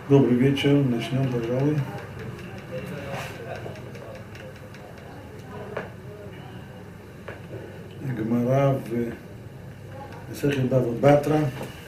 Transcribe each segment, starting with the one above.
Добрый вечер. Начнем, пожалуй. Гемара в Месехет Бава Батра.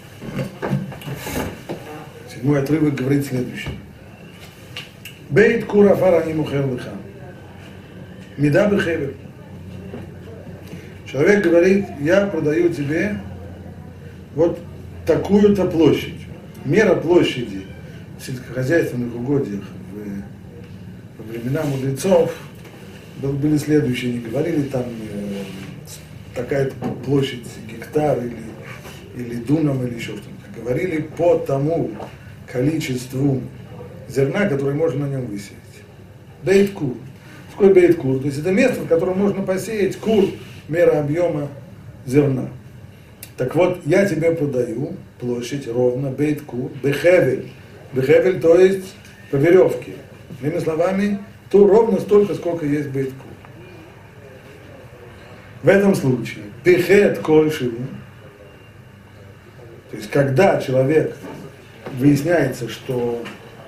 Седьмой отрывок говорит следующее. Бейт кур афар ани мухер леха. Мида бехевер. Человек говорит, я продаю тебе вот такую-то площадь. Мера площади в сельскохозяйственных угодьях во времена мудрецов были следующие, они говорили там такая-то площадь, гектар или дунам или еще что-то. Говорили по тому количеству зерна, которое можно на нем высеять. Бейт кур. Сколько бейт кур? То есть это место, в котором можно посеять кур, мера объема зерна. Так вот, я тебе продаю площадь ровно, бейт кур, бехевель. Бехевель, то есть по веревке. Иными словами, то ровно столько, сколько есть бейт кур. В этом случае, пихет кольши, то есть когда человек выясняется, что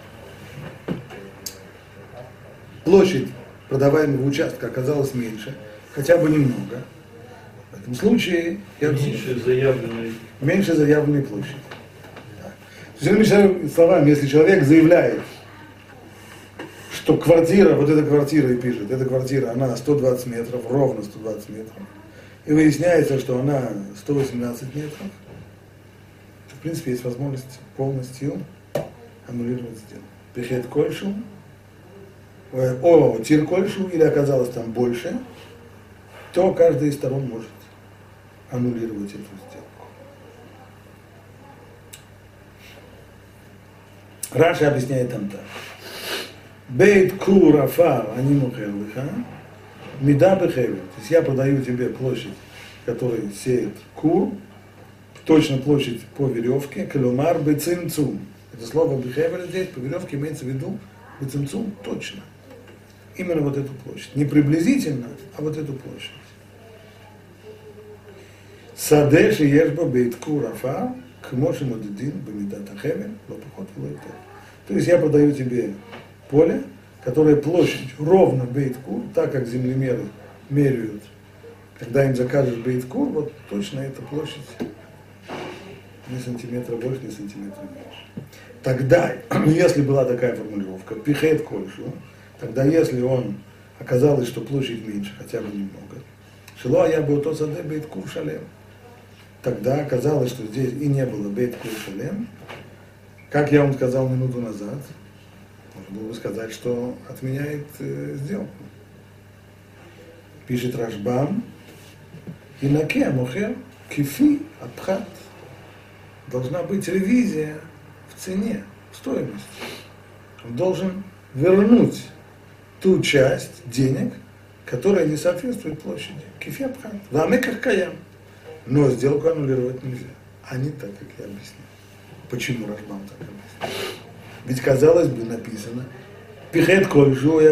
площадь продаваемого участка оказалась меньше, хотя бы немного, в этом случае меньше заявленной площади. Другими словами, если человек заявляет, что квартира, вот эта квартира и пишет, эта квартира, она 120 метров, ровно 120 метров, и выясняется, что она 118 метров, то, в принципе, есть возможность полностью аннулировать сделку. Пихет кольшу, тир кольшу, или оказалось там больше, то каждая из сторон может аннулировать эту сделку. Раша объясняет там так. Бейт кур афар ани мухер леха, мида бехевель. То есть я продаю тебе площадь, которая сеет кур, точно площадь по веревке, калумар бецимцум. Это слово бехевель здесь по веревке имеется в виду бецимцум точно. Именно вот эту площадь. Не приблизительно, а вот эту площадь. Садеш и ешба бейт кур афар, к моши модедин бемидат ахевель, лопохот влойтер. То есть я продаю тебе поле, которое площадь ровно бейт-кур, так как землемеры меряют, когда им закажешь бейт-кур, вот точно эта площадь ни сантиметра больше, ни сантиметра меньше. Тогда, если была такая формулировка, пихет кольшу, тогда если оказалось, что площадь меньше, хотя бы немного, шило я бы то саде бейт-кур шалем, тогда оказалось, что здесь и не было бейт-кур шалем, как я вам сказал минуту назад, можно было бы сказать, что отменяет сделку. Пишет Рашбам, инаке мухер кифи апхат. Должна быть ревизия в цене, в стоимости. Он должен вернуть ту часть денег, которая не соответствует площади. Кифи апхат. В амеках каям. Но сделку аннулировать нельзя. А не так, как я объяснил. Почему Рашбам так объяснил? Ведь, казалось бы, написано, пихет кольшу,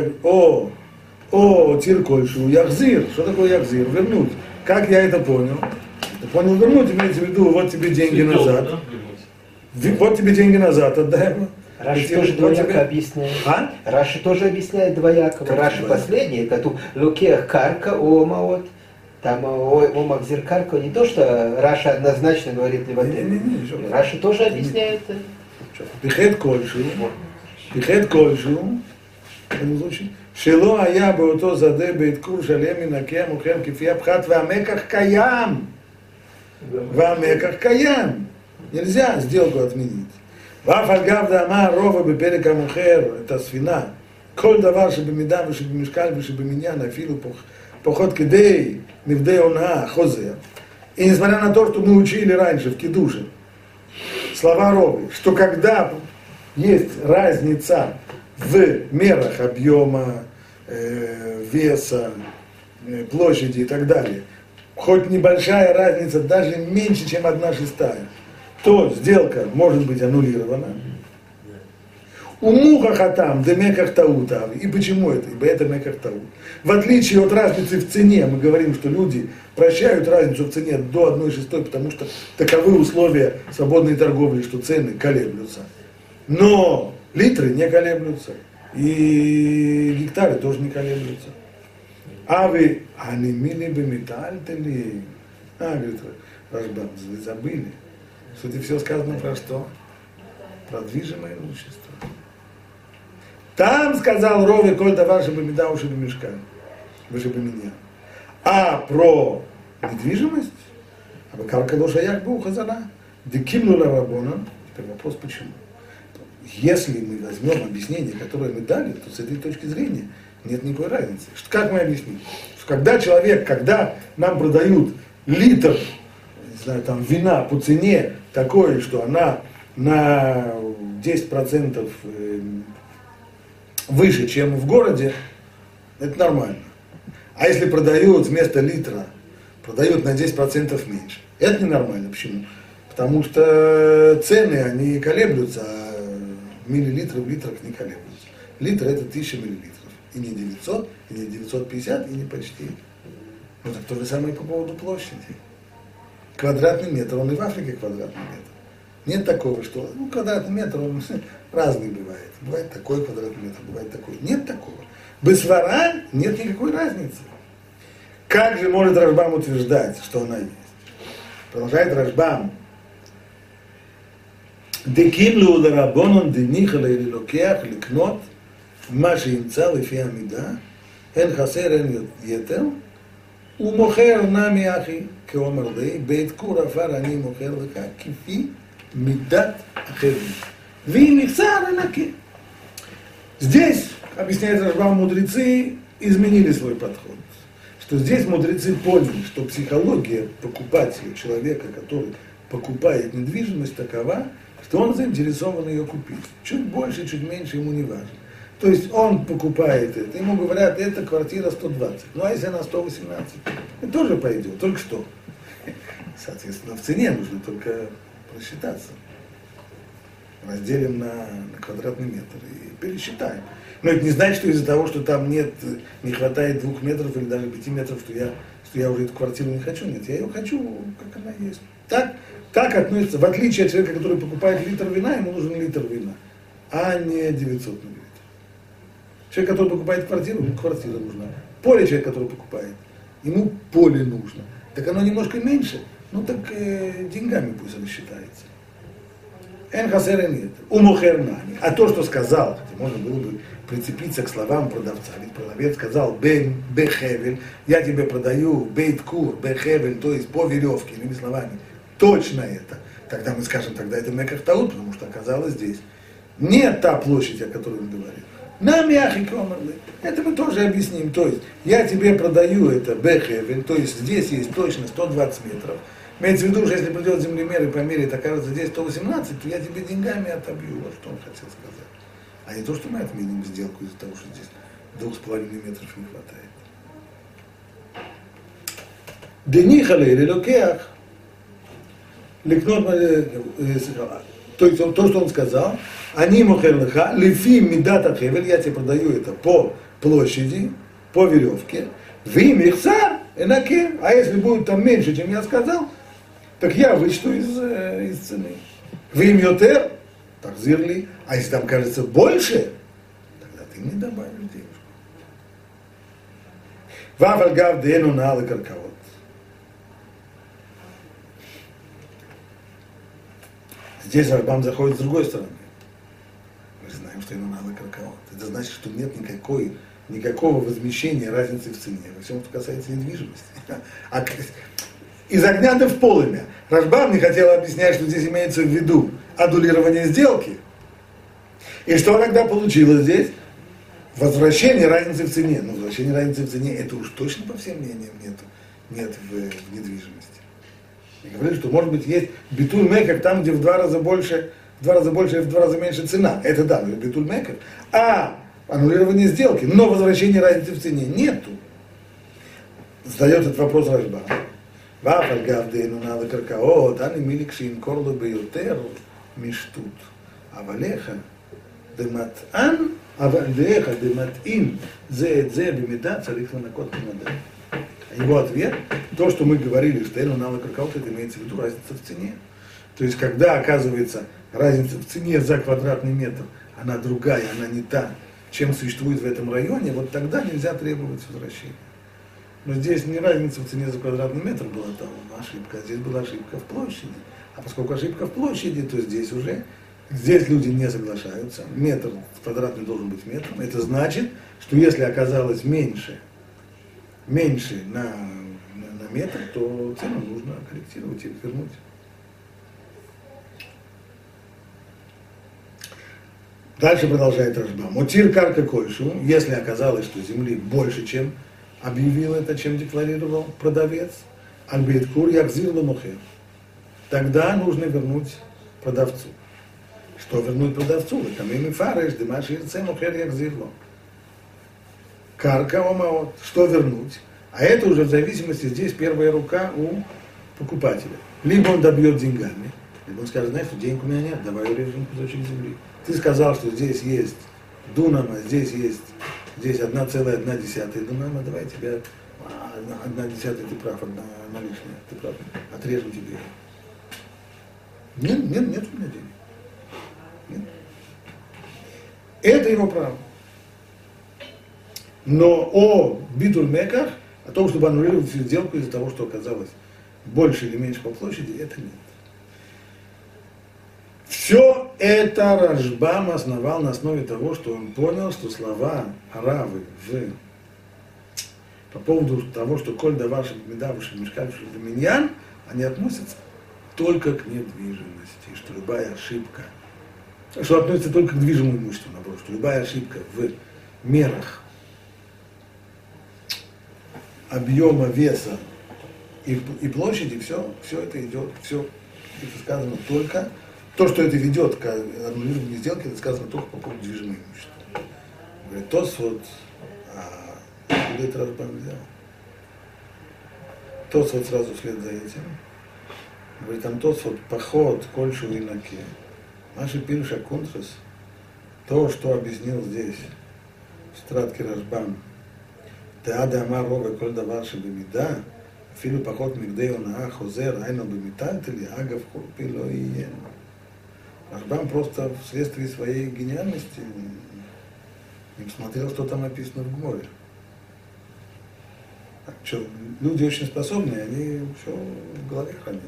тир кольшу, яхзир. Что такое яхзир? Вернуть. Как я это понял? Я понял, вернуть, имеется в виду, вот тебе деньги назад. Вот тебе деньги назад, отдай его. Раши тоже двояко объясняет. А? Раши тоже объясняет двояко. Раши последний, это лукех карка, омаот. Там омахзир карка, не то, что Раша однозначно говорит левотель. Раши тоже объясняет. Пихет кольшу, שלא היה באותו שדה בית קור שלם מנקה מוכר כפי הפחת והמקח קיים. והמקח קיים. נלזיה, сделку отменить. ואף על גב דאמר רובע בפרק המוכר את הספינה, כל דבר שבמידה ושבמשקל ושבמניין אפילו פחות כדי נבדי הונאה חוזר. И несмотря на то, что мы учили раньше в Кидуше, слова Ровы, что когда есть разница в мерах объема, веса, площади и так далее, хоть небольшая разница, даже меньше, чем 1/6, то сделка может быть аннулирована. Уму хахатам, де меках таутав. И почему это? Ибо это меках таут. В отличие от разницы в цене, мы говорим, что люди прощают разницу в цене до 1/6, потому что таковы условия свободной торговли, что цены колеблются. Но литры не колеблются, и гектары тоже не колеблются. А вы, они мили бы метальтели. Говорит Рашбам, вы забыли, что это все сказано про что? Про движимое имущество. Там сказал Рове, коль давар, чтобы меда уши бы мешкали, чтобы меня. А про недвижимость, а карка душа як бы ухазана, декимнула рабона. Теперь вопрос, почему? Если мы возьмем объяснение, которое мы дали, то с этой точки зрения нет никакой разницы. Как мы объясним? Что когда нам продают литр, не знаю, там, вина по цене такой, что она на 10% выше, чем в городе, это нормально. А если продают вместо литра, продают на 10% меньше, это ненормально. Почему? Потому что цены, они колеблются, а миллилитры в литрах не колеблются. Литр это 1000 миллилитров. И не 900, и не 950, и не почти. Ну так то же самое по поводу площади. Квадратный метр, он и в Африке квадратный метр. Нет такого, что квадратный метр, он разный бывает. Бывает такой квадратный метр, бывает такой. Нет такого. Без свара нет никакой разницы. Как же может Рашбам утверждать, что она есть? Продолжает Рашбам. Декимлю ларабонон денихала или локеах ликнот маши имца лифи амида эн хасер эн йетер ומוכר נמי אחי, כאומר לי, בית כור עפר אני מוכר לך כפי מידת אחרים. ואם יחסר, נקה. Здесь, объясняет Рашбам, мудрецы изменили свой подход. Что здесь мудрецы поняли, что психология покупателя, человека, который покупает недвижимость, такова, что он заинтересован ее купить. Чуть больше, чуть меньше, ему не важно. То есть он покупает это, ему говорят, это квартира 120. Ну а если она 118, это тоже пойдет, только что. Соответственно, в цене нужно только просчитаться. Разделим на квадратный метр и пересчитаем. Но это не значит, что из-за того, что там не хватает 2 метров или даже 5 метров, что я уже эту квартиру не хочу. Нет, я ее хочу, как она есть. Так относится, в отличие от человека, который покупает литр вина, ему нужен литр вина, а не 900 миллилитров. Человек, который покупает квартиру, ему квартира нужна. Поле человек, который покупает, ему поле нужно. Так оно немножко меньше, ну так деньгами пусть рассчитается. Эн хасер нет. Умохер нами. А то, что сказал, хотя можно было бы прицепиться к словам продавца, ведь продавец сказал бехевель, я тебе продаю бейт кур, бехевель, то есть по веревке, иными словами, точно это. Тогда мы скажем, тогда это меках таут, потому что оказалось здесь не та площадь, о которой он говорил. Нам яхи комарли. Это мы тоже объясним. То есть, я тебе продаю это бехевель, то есть здесь есть точно 120 метров. Имеется в виду, что если придет землемер и померяет, окажется здесь 118, то я тебе деньгами отобью. Вот что он хотел сказать. А не то, что мы отменим сделку из-за того, что здесь 2,5 метров не хватает. Денихале или локеах, то есть то, что он сказал, они мухерлыха, лифи мидата хевель, я тебе продаю это по площади, по веревке, вим ихсар, энаке, а если будет там меньше, чем я сказал, так я вычту из цены. Вим йотер, так зирли, а если там кажется больше, тогда ты мне добавишь денежку. Ваваль гав дену на алы каркавот. Здесь Рашбам заходит с другой стороны. Мы знаем, что ему надо каркаот. Это значит, что нет никакого возмещения разницы в цене. Во всем, что касается недвижимости. Из огня в полымя. Рашбам не хотел объяснять, что здесь имеется в виду адулирование сделки. И что тогда получилось здесь? Возвращение разницы в цене. Но возвращение разницы в цене, это уж точно по всем мнениям нет в недвижимости. Я говорю, что может быть есть битуль мекер там, где в 2 раза больше и в 2 раза меньше цена. Это да, но битуль мекер. А аннулирование сделки, но возвращение разницы в цене нету. Задает этот вопрос Рашбам. Вафаль гавдейну надо каркаот, ани миликшин корло бьютер миштут. Авалеха дематан, авалеха дематин зе бимида царих ланакот мимада. Его ответ, то, что мы говорили, что Эйну Нала Каркаот, это имеется в виду разница в цене. То есть, когда, оказывается, разница в цене за квадратный метр, она другая, она не та, чем существует в этом районе, вот тогда нельзя требовать возвращения. Но здесь не разница в цене за квадратный метр была там ошибка, а здесь была ошибка в площади. А поскольку ошибка в площади, то здесь люди не соглашаются. Метр квадратный должен быть метром. Это значит, что если оказалось меньше на метр, то цену нужно корректировать и вернуть. Дальше продолжает Рашба. Мотир карка кольшу, если оказалось, что земли больше, чем объявил это, чем декларировал продавец, альбейт кур якзир ломухер, тогда нужно вернуть продавцу. Что вернуть продавцу? Камими фареш, димаши ирце мухер якзир лом. Карка омаот. Что вернуть? А это уже в зависимости, здесь первая рука у покупателя. Либо он добьет деньгами, либо он скажет, знаешь, что денег у меня нет, давай урежем кусочек земли. Ты сказал, что здесь есть дунам, а здесь 1,1 дунама, давай тебе 1/10 ты прав, одна лишняя, ты прав, отрежем тебе. Нет у меня денег. Нет. Это его право. Но о битуль-меках, о том, чтобы аннулировать всю сделку из-за того, что оказалось больше или меньше по площади, это нет. Все это Рашбам основал на основе того, что он понял, что слова Равы по поводу того, что коль даваши медавуши мешкавши доминьян, они относятся только к недвижимости, что любая ошибка, что относится только к движимому имуществу, наоборот, что любая ошибка в мерах объема, веса и площади, все это идет, все это сказано только. То, что это ведет к аннулированию сделки, это сказано только по поводу движимого имущества. Говорит, Тосфот, куда это Рашбам взял? Тосфот сразу вслед за этим. Говорит, там Тосфот, поход, кольшу и наке. Наши пируша контрас, то, что объяснил здесь, в стратке Рашбам. Теада амар рога коль даварши бемида, филу поход мигдею наа хозер, айно бемитальтели, агав хурпило и ен. Рашбам просто вследствие своей гениальности не посмотрел, что там написано в Гморе. Люди очень способные, они все в голове хранят.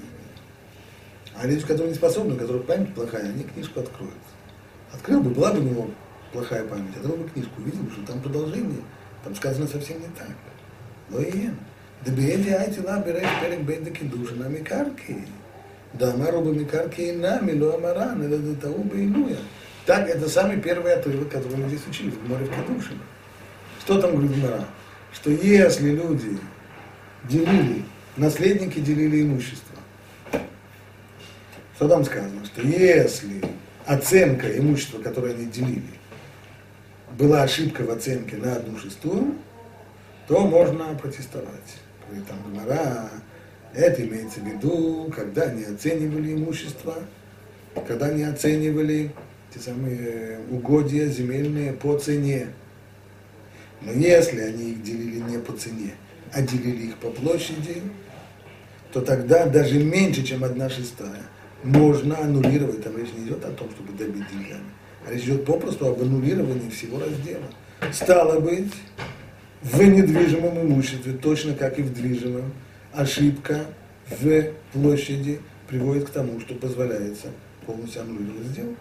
А люди, которые не способны, у которых память плохая, они книжку откроют. Открыл бы, была бы у него плохая память, открыл бы книжку, увидел бы, что там продолжение, там сказано совсем не так. Но и дебееди айтила берег перек бейда кидуша на микарки. Да, Амару Микарки и нами, но Амаран, это до того бы инуя. Так, это самый первый отрывок, который мы здесь учили, в Гморе в Кедушине. Что там говорит Гмора? Что если люди делили, наследники делили имущество, что там сказано? Что если оценка имущества, которое они делили, была ошибка в оценке на 1/6, то можно протестовать. Говорит там Гмора, это имеется в виду, когда они оценивали имущество, когда они оценивали те самые угодья земельные по цене. Но если они их делили не по цене, а делили их по площади, то тогда даже меньше, чем 1/6 можно аннулировать. Там речь не идет о том, чтобы добить деньгами, а речь идет попросту об аннулировании всего раздела. Стало быть, в недвижимом имуществе, точно как и в движимом, ошибка в площади приводит к тому, что позволяется полностью аннулировать сделку.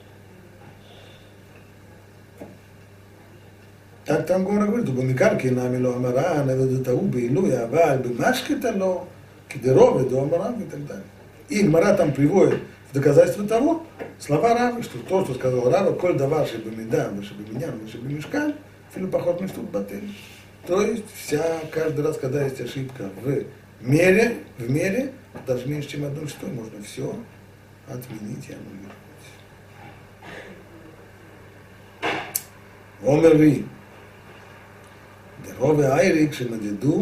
Так там Гмора говорит, бамикарки нами ло амара, наведутау беилуя, аваль бемашкета ло, кидерове до амара и так далее. И Гмора там приводит в доказательство того, слова Равы, что то, что сказал Рава, коль даваши бемида, ваши беминян, ваши бемишкаль, филу поход миштук батель. То есть каждый раз, когда есть ошибка в мере, даже меньше, чем 1/6, можно все отменить и аннулировать. Омерви. דרוב האייריק שמדדו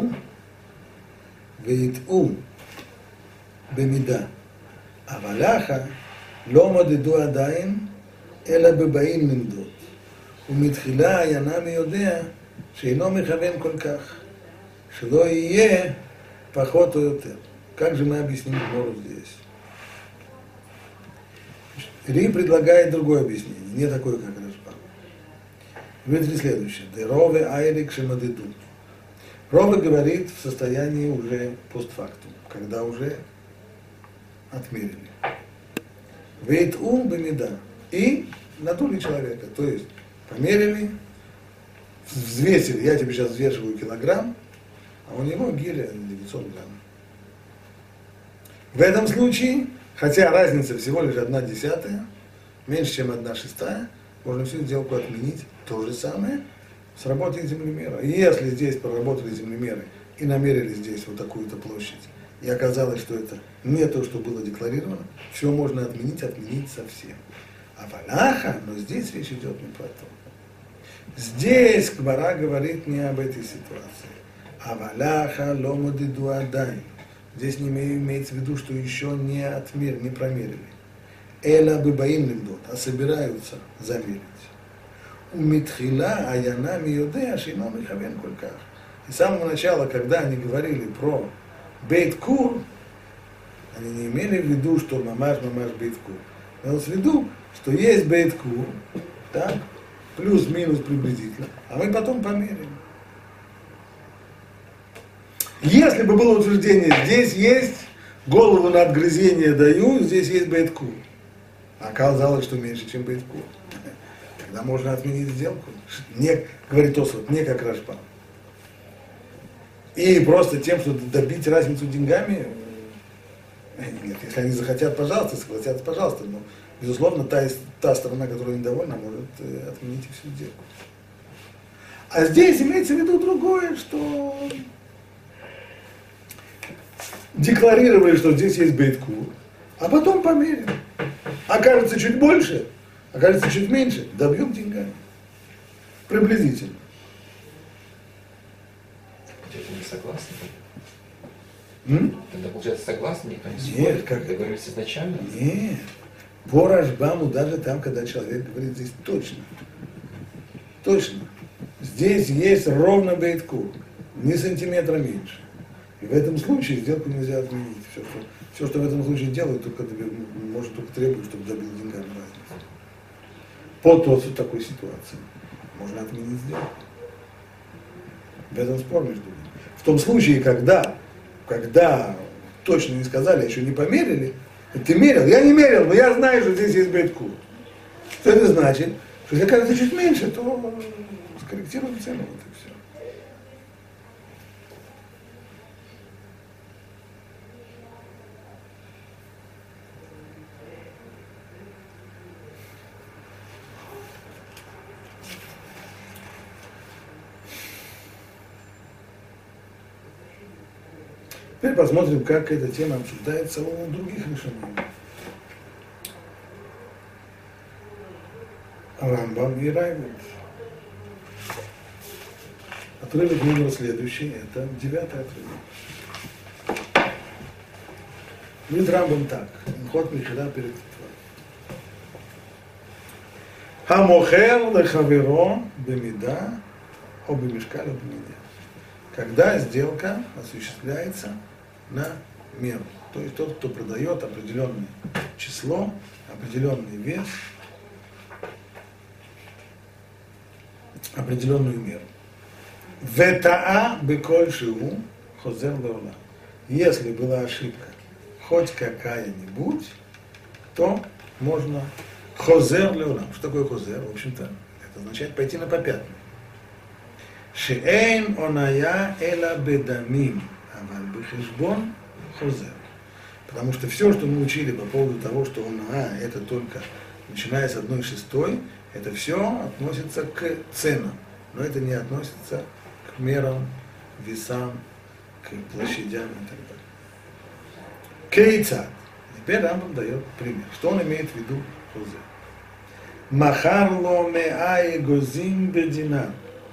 ויטעו במידה. אבל לאחר לא מדדו עדיין, אלא בבאים למדוד. ומתחילה ינמי יודע שאינו מכוון כל כך, שלא יהיה פחות או יותר. Как же мы объясним Гмору здесь? Ри предлагает другое объяснение, не такое, как Рашба. Говорит следующее. Дерове айрик шемадиду. Рове говорит в состоянии уже постфактум, когда уже отмерили. Вейт ум бемида. И надули человека. То есть померили, взвесили. Я тебе сейчас взвешиваю килограмм, а у него гиля 900 грамм. В этом случае, хотя разница всего лишь 1/10, меньше, чем 1/6, можно всю сделку отменить. То же самое с работой землемера. И если здесь проработали землемеры и намерили здесь вот такую-то площадь, и оказалось, что это не то, что было декларировано, все можно отменить совсем. А валяха, но здесь речь идет не про то. Здесь Гмара говорит не об этой ситуации. А валяха ломадиду адай. Здесь не имеется в виду, что еще не отмерили, не промерили. Эла быбаим лимдот, а собираются замерить. У митхила аяна миюдея шейно михавен кольках. И с самого начала, когда они говорили про бейт-кур, они не имели в виду, что мамаш бейт-кур. Имелось в виду, что есть бейт-кур, так, плюс-минус приблизительно, а мы потом померяем. Если бы было утверждение, здесь есть, голову на отгрызение даю, здесь есть бейт-кур. А оказалось, что меньше, чем бейт-кур. Тогда можно отменить сделку. Не, говорит Тосфот, не как Рашба. И просто тем, что добить разницу деньгами, нет, если они захотят, пожалуйста, согласятся, пожалуйста. Но, безусловно, та сторона, которая недовольна, может отменить всю сделку. А здесь имеется в виду другое, что декларировали, что здесь есть бейт-кур, а потом померили. Окажется чуть больше, окажется чуть меньше, добьем деньгами. Приблизительно. Это не согласны? М? Тогда, получается, согласны, никто не Нет, спорит, как договорились изначально? Нет. По Рашбаму даже там, когда человек говорит, здесь точно. Точно. Здесь есть ровно бейт-кур, ни сантиметра меньше. И в этом случае сделку нельзя отменить. Все, что в этом случае делают, только может только требовать, чтобы добил деньгами разницу. По такой ситуации можно отменить сделку. В этом спор между ними. В том случае, когда точно не сказали, еще не померили, ты мерил, я не мерил, но я знаю, что здесь есть бейт-кур. Что это значит? Что если кажется чуть меньше, то скорректируем цену, вот и все. Теперь посмотрим, как эта тема обсуждается у других решений. Рамбам и Райвуд. Отрывок номер следующий, это 9-й отрывок. Говорит Рамбам так, ход Михила перед Хамохер лехаверо бемида о бемишкале бемиде. Когда сделка осуществляется на меру. То есть тот, кто продает определенное число, определенный вес, определенную меру. Ветаа беколь шиву хозер леола. Если была ошибка хоть какая-нибудь, то можно хозер леола. Что такое хозер? В общем-то, это означает пойти на попятную. Шеэйн оная эла бедамим, аваль бехешбон хозер. Потому что все, что мы учили по поводу того, что оная, это только начиная с 1/6, это все относится к ценам, но это не относится к мерам, весам, к площадям и так далее. Кейцат. Теперь Рамбам дает пример. Что он имеет в виду хозер? Махарло меай гозим бединар.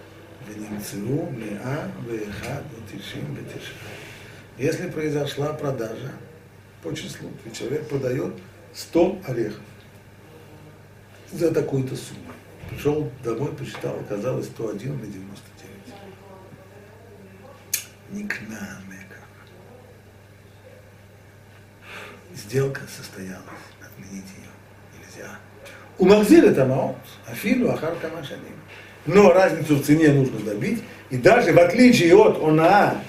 Если произошла продажа по числу, и человек продает 100 орехов за такую-то сумму. Пришел домой, посчитал, оказалось 101 на 99. Никнамека. Сделка состоялась, отменить ее нельзя. нельзя. У Махзир это маот, афилу ахар камашаним. Но разницу в цене нужно добить. И даже в отличие от ОНА,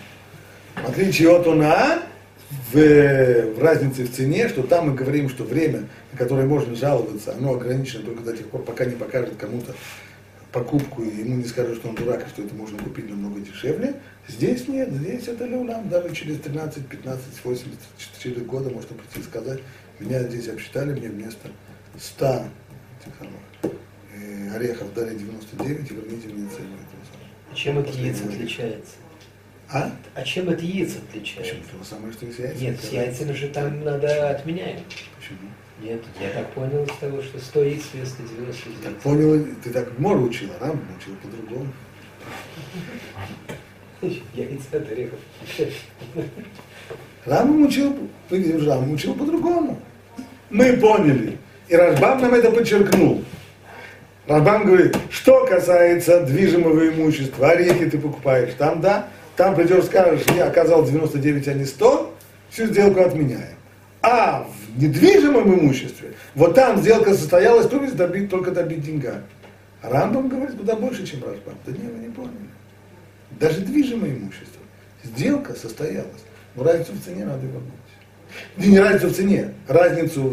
в разнице в цене, что там мы говорим, что время, на которое можно жаловаться, оно ограничено только до тех пор, пока не покажет кому-то покупку, и ему не скажут, что он дурак, и что это можно купить намного дешевле. Здесь нет, здесь это леулам. Даже через 13, 15, 84 года можно прийти и сказать, меня здесь обсчитали, мне вместо 100 орехов дали 99, и верните мне цену. А чем от яиц отличается? А? А чем от яиц отличается? Почему? То же самое, что и с яйцами. Нет, с яйцами же там надо отменяем. Почему? Нет, я так понял из того, что 100 яиц вместо 99. Так понял, ты так Мор учил, а Рам учил по-другому. Яйца от орехов. Рам учил по-другому. Мы поняли. И Рашбам нам это подчеркнул. Рашбам говорит, что касается движимого имущества, орехи ты покупаешь, там да, там придешь, скажешь, я оказал 99, а не 100, всю сделку отменяем. А в недвижимом имуществе, вот там сделка состоялась, только добить деньгами. А Рамбам говорит куда больше, чем Рашбам. Да не, вы не поняли. Даже движимое имущество. Сделка состоялась. Но разницу в цене надо вернуть. Не разницу в цене, разницу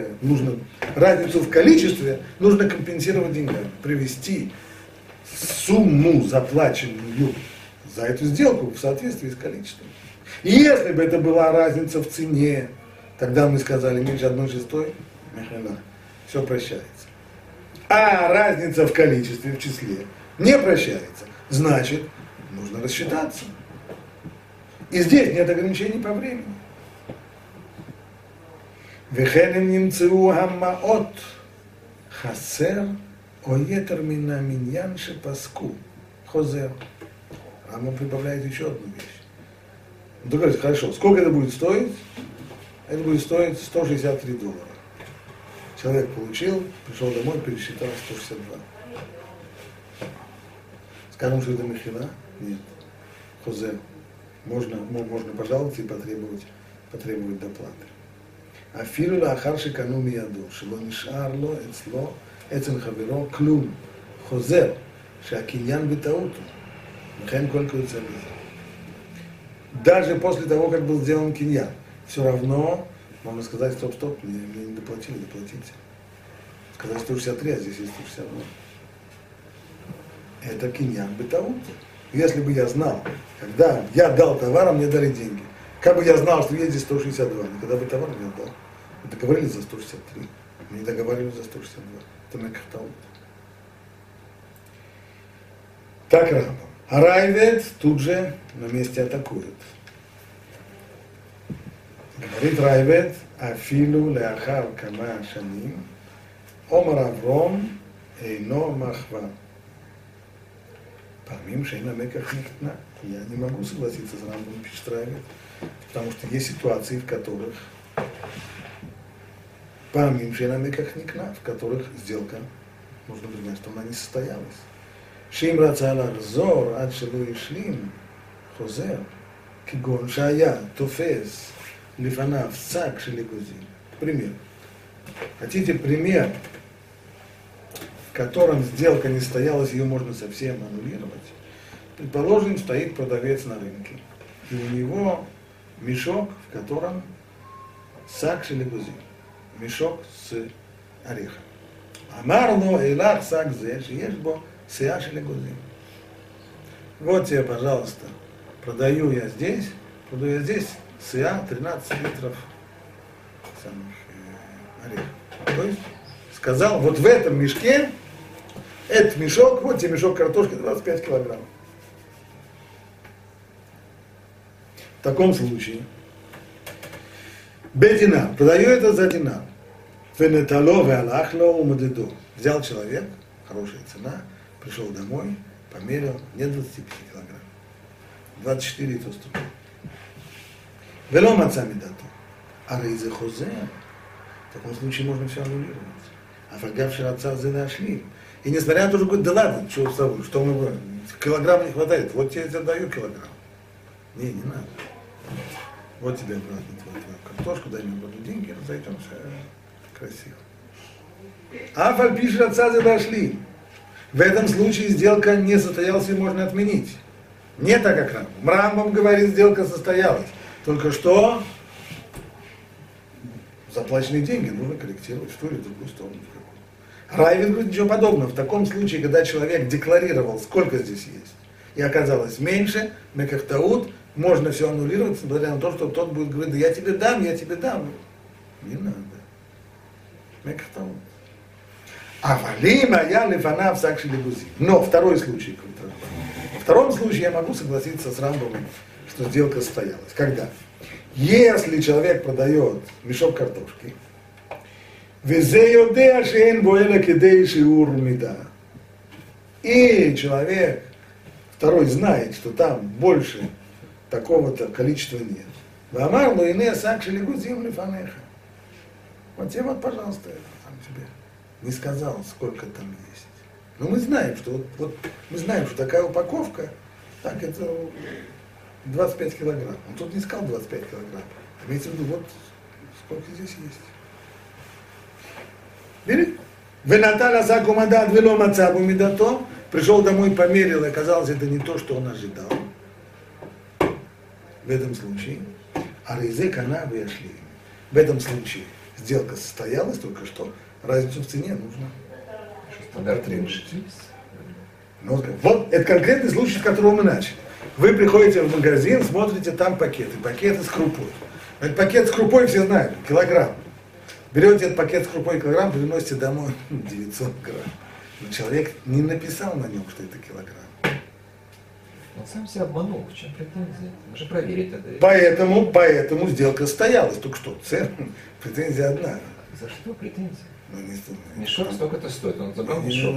в количестве нужно компенсировать деньгами. Привести сумму, заплаченную за эту сделку в соответствии с количеством. И если бы это была разница в цене, тогда мы сказали меньше 1/6, все прощается. А разница в количестве, в числе не прощается. Значит, нужно рассчитаться. И здесь нет ограничений по времени. Вехенем немцеу гаммаот хасер оетер мина миньян шепаску хозер. Рама прибавляет еще одну вещь. Он говорит, хорошо, сколько это будет стоить? Это будет стоить $163. Человек получил, пришел домой, пересчитал 162. Скажем, что это мехила? Нет. Хозер. Можно пожаловаться и потребовать доплаты. אפילו לאחר שקנו מידו, שלא נשאר לו אצלו, אצל חברו, כלום, חוזר, שהקניין בטעות הוא, לכן כל כיוצא בזה. Даже после того, как был сделан киньян, все равно, можно сказать, стоп, мне не доплатили, доплатите. Сказать 163, а здесь есть 162. Это киньян бетаут. Если бы я знал, когда я дал товар, а мне дали деньги. Как бы я знал, что есть здесь 162, никогда бы товар не отдал. Мы договорились за 163, мы не договорились за 162. Это мекахтаут. Так Рамбам. А Райвет тут же на месте атакует. Говорит Райвет, афилу леахар кама шаним, омар Авром эйно махва. Помимо шейна меках никтна. Я не могу согласиться с Рамбом, пишет Райвет, потому что есть ситуации, в которых помимо шейна меках никтна, в которых сделка, можно признать, что она не состоялась. שאם רצה לחזור עד שלא ישלים, חוזר, כגון שהיה תופס לפניו שק של אגוזים. Пример. Хотите пример, в котором сделка не состоялась, ее можно совсем аннулировать? Предположим, стоит продавец на рынке, и у него мешок, в котором сак шелегузим, мешок с орехом. Амарло эйлах сак зе, шееш бо сеа шелегузим. Вот тебе, пожалуйста, продаю я здесь сеа 13 литров самых орехов. То есть сказал, вот в этом мешке, этот мешок, вот тебе мешок картошки 25 килограммов. В таком случае бединар, продаю это за динар. Венетало веалахло умадедо. Взял человек, хорошая цена, пришел домой, померил, не 25 килограмм, 24 и то ступень. Вело маца медато. А рейзе хозе, в таком случае можно все аннулировать. А фагавший отца зе нашли. И несмотря на то, что говорит, да ладно, что мы говорим, килограмма не хватает, вот тебе даю килограмм. Не надо. Вот тебе обратно твою картошку, дай мне обратно деньги, разойдемся красиво. А фальпиши отца дошли. В этом случае сделка не состоялась и можно отменить. Не так, как Рамбам. Рамбам говорит, сделка состоялась. Только что заплаченные деньги нужно корректировать в ту или другую сторону. Райвин говорит ничего подобного. В таком случае, когда человек декларировал, сколько здесь есть, и оказалось меньше, мекахтаут, можно все аннулировать, несмотря на то, что тот будет говорить, да я тебе дам. Не надо. Мекахтаут. А валима я лифанав сакшили гузи. Но второй случай. Во втором случае я могу согласиться с Рамбамом, что сделка состоялась. Когда? Если человек продает мешок картошки, и человек второй знает, что там больше такого-то количества нет. Вот тебе вот, пожалуйста, там тебе не сказал, сколько там есть. Но мы знаем, что мы знаем, что такая упаковка, так это 25 килограмм. Он тут не сказал 25 килограмм. Имеется в виду, вот сколько здесь есть. Бери. Венаталя закумадат вело мацабу мидато. Пришел домой, померил, и оказалось, это не то, что он ожидал. В этом случае. А рейзе канавы шли. В этом случае сделка состоялась, только что разницу в цене нужно потребовать. Вот это конкретный случай, с которого мы начали. Вы приходите в магазин, смотрите, там пакеты с крупой. Этот пакет с крупой все знают, килограмм. Берете этот пакет с крупой килограмм, приносите домой 900 грамм. Но человек не написал на нем, что это килограмм. Он сам себя обманул, в чем претензия? Мы же проверить это. Поэтому сделка состоялась. Только что, претензия одна. За что претензия? Ну, мешок столько-то стоит, он забрал мешок.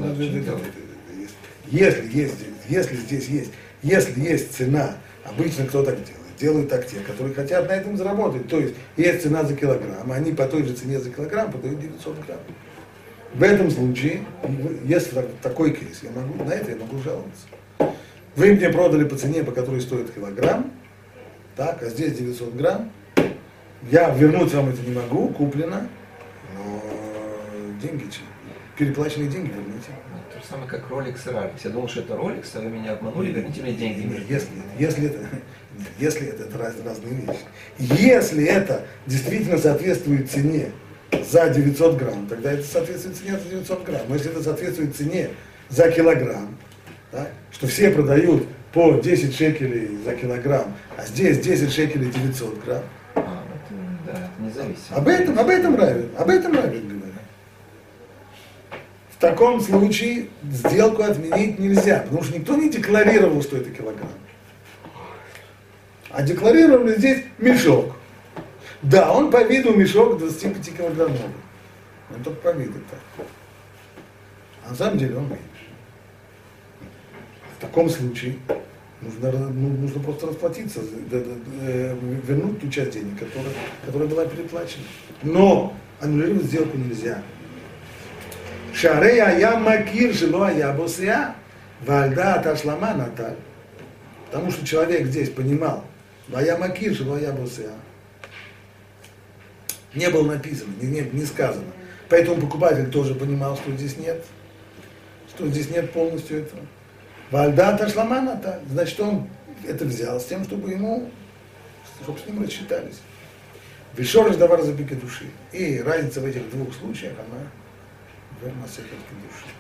Если есть цена, обычно кто так делает? Делают так те, которые хотят на этом заработать. То есть есть цена за килограмм, а они по той же цене за килограмм подают 900 грамм. В этом случае, если такой кейс, на это я могу жаловаться. Вы мне продали по цене, по которой стоит килограмм, так, а здесь 900 грамм. Я вернуть вам это не могу, куплено, но деньги, переплаченные деньги верните. То же самое, как Rolex и Rolex. Я думал, что это Rolex, а вы меня обманули, верните мне деньги. Если это разные вещи. Если это действительно соответствует цене за 900 грамм, тогда это соответствует цене за 900 грамм. Но если это соответствует цене за килограмм, да, что все продают по 10 шекелей за килограмм, а здесь 10 шекелей 900 грамм. Это независимо. Об этом Равин говорит. В таком случае сделку отменить нельзя, потому что никто не декларировал, что это килограмм. А декларировали здесь мешок. Да, он по виду мешок 25 килограммовый. Он только по виду так. А на самом деле он меньше. В таком случае нужно просто расплатиться, вернуть ту часть денег, которая была переплачена. Но аннулировать сделку нельзя. Шарей аям макир жило аябосия, вальда аташлама наталь. Потому что человек здесь понимал, аям макир жило аябосия. Не было написано, не сказано. Поэтому покупатель тоже понимал, что здесь нет полностью этого. Вальда аташлама наталь. Значит, он это взял с тем, чтобы с ним рассчитались. Вишорыш давар запеки души. И разница в этих двух случаях, она в масехет души.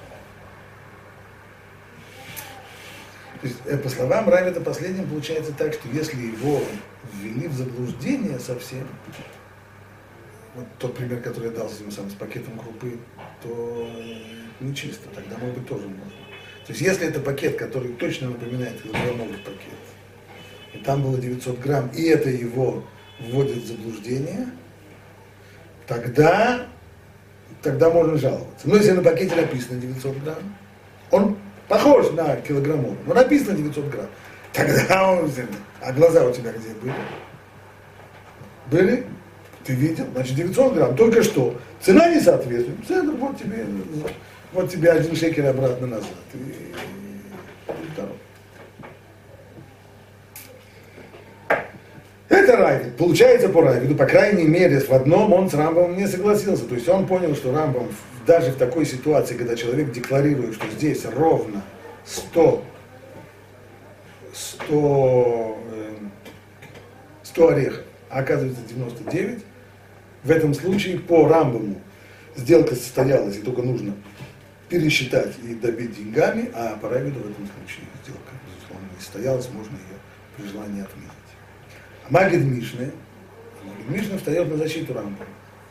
То есть, по словам Равида, последним получается так, что если его ввели в заблуждение совсем, вот тот пример, который я дал с пакетом крупы, то нечисто, тогда, может быть, тоже можно. То есть, если это пакет, который точно напоминает килограммовый пакет, и там было 900 грамм, и это его вводит в заблуждение, тогда можно жаловаться. Но если на пакете написано 900 грамм, он похож на килограммовый, но написано 900 грамм, тогда он взял. А глаза у тебя где были? Были? Ты видел? Значит, 900 грамм. Только что. Цена не соответствует. Цена, вот тебе 1 шекель обратно назад. И здорово. это Равид. Получается по Равиду, по крайней мере, в одном он с Рамбамом не согласился. То есть он понял, что Рамбам даже в такой ситуации, когда человек декларирует, что здесь ровно 100 орехов, а оказывается 99, в этом случае по Рамбаму сделка состоялась, и только нужно пересчитать и добить деньгами, а по Равиду в этом случае сделка, безусловно, не состоялась, можно ее при желании отменить. А Магид Мишне встает на защиту Рамбама.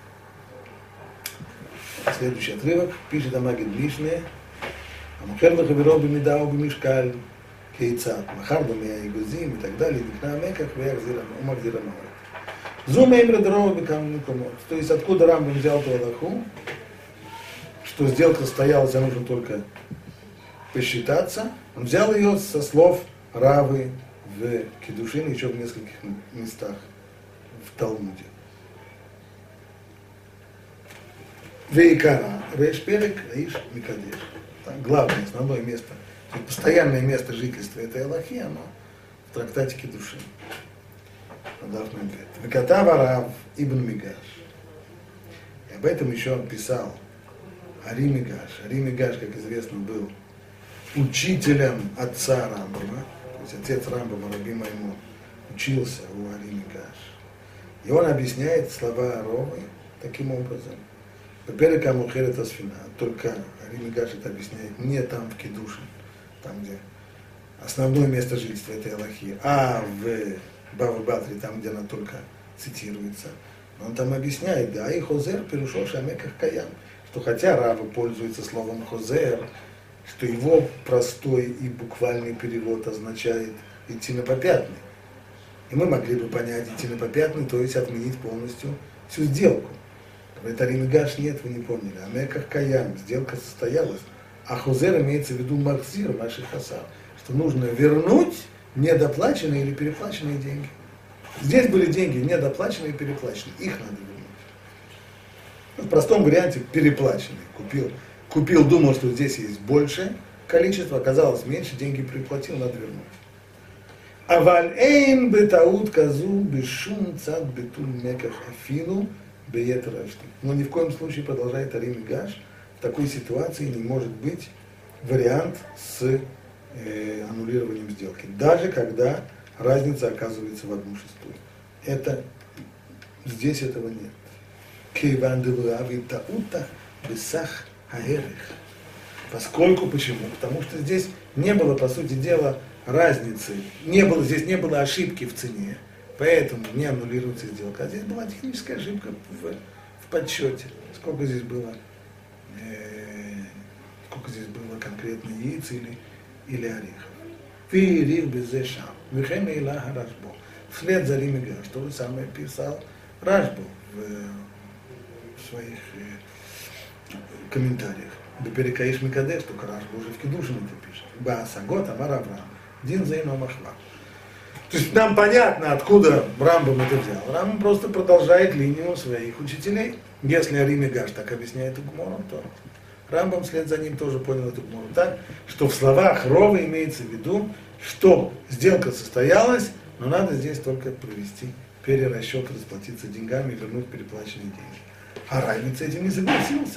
Следующий отрывок пишет о Магид Мишне: Амухер лахаверо бемидау бемишкаль кейцат, махар бамея игузим и так далее, дикна меках умагдира мават. Зума имра дрова бекам никомот. То есть откуда Рамбам взял эту алаху, что сделка состоялась, а нужно только посчитаться. Он взял ее со слов Равы в Кедушин, еще в нескольких местах в Талмуде. Вейкара, Рейшперек, Аиш, Микадеш. Главное, основное место, постоянное место жительства этой алахи, оно в трактате Кедушин. Векатава Рав Ибн Мигаш. И об этом еще он писал Ари Мигаш. Ари Мигаш, как известно, был учителем отца Рамбама. То есть отец Рамбама, Раби Маймон, учился у Ари Мигаш. И он объясняет слова Ровы таким образом. Во-первых, Амухер это сфина. Только Ари Мигаш это объясняет не там в Кедушин, там где основное место жительства этой алахи, а в Бава Батри, там, где она только цитируется. Он там объясняет, да, и хозер перешел шамеках каям, что хотя Рава пользуется словом хозер, что его простой и буквальный перевод означает идти на попятный. И мы могли бы понять идти на попятный, то есть отменить полностью всю сделку. Говорит, Ари Мигаш, нет, вы не поняли, амеках каям, сделка состоялась, а хозер имеется в виду махзир, маши хасар, что нужно вернуть недоплаченные или переплаченные деньги. Здесь были деньги недоплаченные и переплаченные. Их надо вернуть. В простом варианте переплаченные. Купил, думал, что здесь есть больше количество, оказалось меньше, деньги переплатил, надо вернуть. Аваль эйн бетаут казу бешум цад бетуль меках афилу беетарашти. Но ни в коем случае, продолжает Ари Мигаш, в такой ситуации не может быть вариант с аннулированием сделки, даже когда разница оказывается в 1/6. Это здесь этого нет. Поскольку почему? Потому что здесь не было, по сути дела, разницы, здесь не было ошибки в цене, поэтому не аннулируется сделка. А здесь была техническая ошибка в подсчете. Сколько здесь было конкретно яиц или орехов. Фирих безешам. Вихем эйла Рашбо. Вслед за Ари Мигаш, то же самое писал Рашбо в своих комментариях. Беперекаиш Микадеш, только Рашбо уже в Кедушин это пишет. Баасагот Амар Авраам. Дин Зейно Махва. То есть нам понятно, откуда Рамбам это взял. Рамбам просто продолжает линию своих учителей. Если Ари Мигаш так объясняет Гмором, то Рамбам вслед за ним тоже понял эту Гмору так, что в словах Ровы имеется в виду, что сделка состоялась, но надо здесь только провести перерасчет, расплатиться деньгами и вернуть переплаченные деньги. А Райвид с этим не согласился.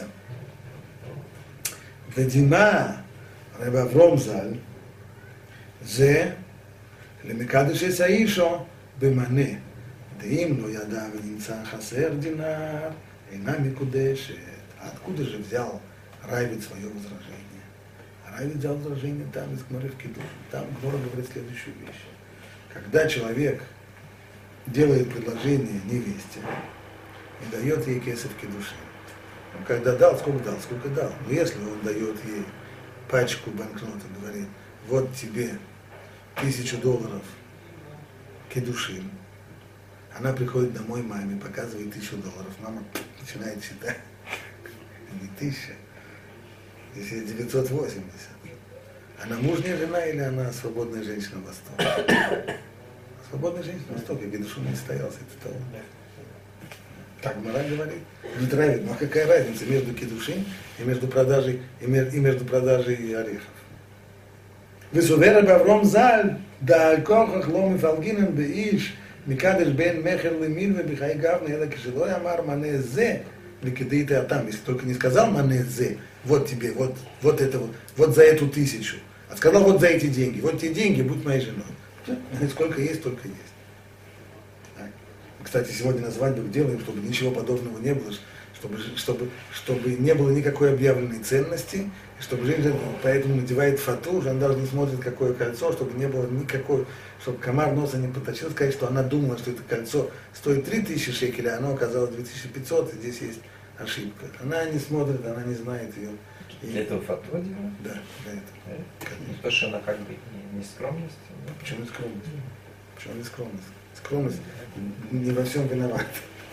Ведима Ребе Авром Заль зе лемикадеши саишо бемане деим но яда венинца хасер динар эйна микудешет. Откуда же взял Райвид свое возражение? Райвид взял возражение там из Гморы в Кедушин. Там Гмора говорит следующую вещь. Когда человек делает предложение невесте и дает ей кесов Кедушин, когда дал, сколько дал. Но если он дает ей пачку банкнот и говорит, вот тебе $1000 Кедушин, она приходит домой маме, показывает $1000. Мама начинает считать. Не 1000, если 980. Она мужняя жена или она свободная женщина Востока? Свободная женщина Востока, Кедушин не состоялся, это того. Так Гмара говорит. Ну а какая разница между Кедушин и между продажей орехов? Весувера Бавром Заль, да алкохах ломи фалгинен беиш, Микадеш бен мехер лемин вебихай гавна, это кишелой амар манезе, ликидейте атам, если только не сказал манезе, вот тебе, вот это вот за эту 1000, а сказал вот за эти деньги, вот те деньги, будь моей женой. Сколько есть, столько есть. Так. Кстати, сегодня на свадьбах делаем, чтобы ничего подобного не было, чтобы не было никакой объявленной ценности, и чтобы женщина поэтому надевает фату, что она даже не смотрит, какое кольцо, чтобы не было никакой, чтобы комар носа не поточил, сказать, что она думала, что это кольцо стоит 3000 шекелей, а оно оказалось 2500, и здесь есть ошибка. Она не смотрит, она не знает ее. Для этого фату делают? Да, для этого. Конечно. Потому что она как бы не скромность. Да? Почему не скромность? Почему не скромность? Скромность не во всем виновата.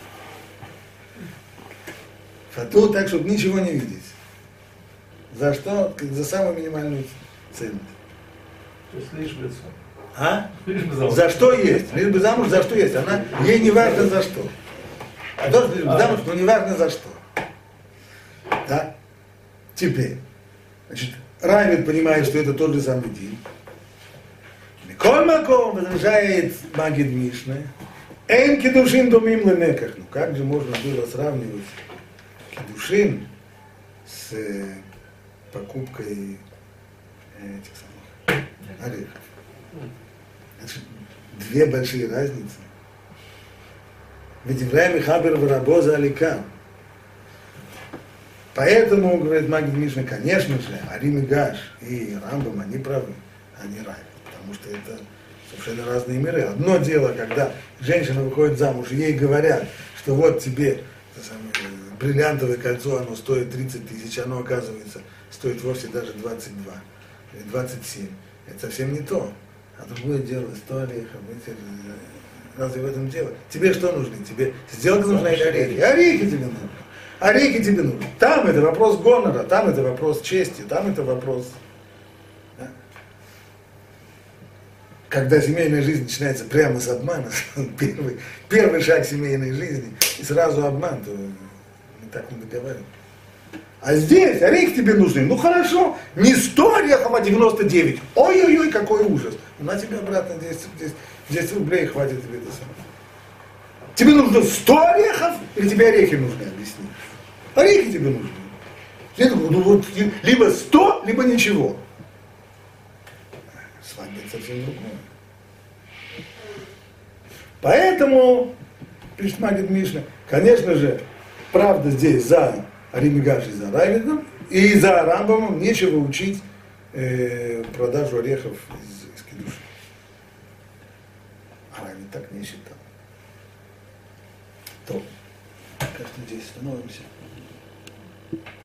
Фату так, чтобы ничего не видеть. За что? За самую минимальную ценность. То есть лишь в лицо. А? Лишь бы замуж. За что есть? Лишь бы замуж, за что есть. Она, ей не важно за что. А тоже лишь бы замуж, но не важно за что. Да? Теперь. Значит, Равид понимает, что это тот же самый день. Миколь Маком возражает Магид Мишне. Эйн кедушин домим лемеках. Ну как же можно было сравнивать кедушин с покупкой этих самых орехов? Значит, две большие разницы. Ведь Ивраим и Хабер в Рабоза Алика. Поэтому, говорит Магид Мишна, конечно же, Арим и Гаш и Рамбам, они правы, они равны. Потому что это совершенно разные миры. Одно дело, когда женщина выходит замуж, и ей говорят, что вот тебе это самое, бриллиантовое кольцо, оно стоит 30 тысяч, оно, оказывается, стоит вовсе даже 22 или 27. Это совсем не то. А другое дело, 100 орехов. Разве в этом дело? Тебе что нужно? Тебе сделка нужна или орехи? Орехи тебе нужны. Орехи тебе нужны. Там это вопрос гонора, там это вопрос чести, там это вопрос... Да? Когда семейная жизнь начинается прямо с обмана, первый шаг семейной жизни, и сразу обман, то мы так не договариваем. А здесь орехи тебе нужны. Ну хорошо, не 100 орехов, а 99. Ой-ой-ой, какой ужас. На тебе обратно 10 рублей хватит тебе это самое. Тебе нужно 100 орехов, или тебе орехи нужны, объясни. Орехи тебе нужны. Ну, вот, либо 100, либо ничего. Свадьба это совсем другое. Поэтому, пишет Магид Мишна, конечно же, правда здесь за Арим и Гаш и за Равидом, и за Рамбамом нечего учить продажу орехов из кидуша. А Равид так не считал. То, кажется, здесь становимся.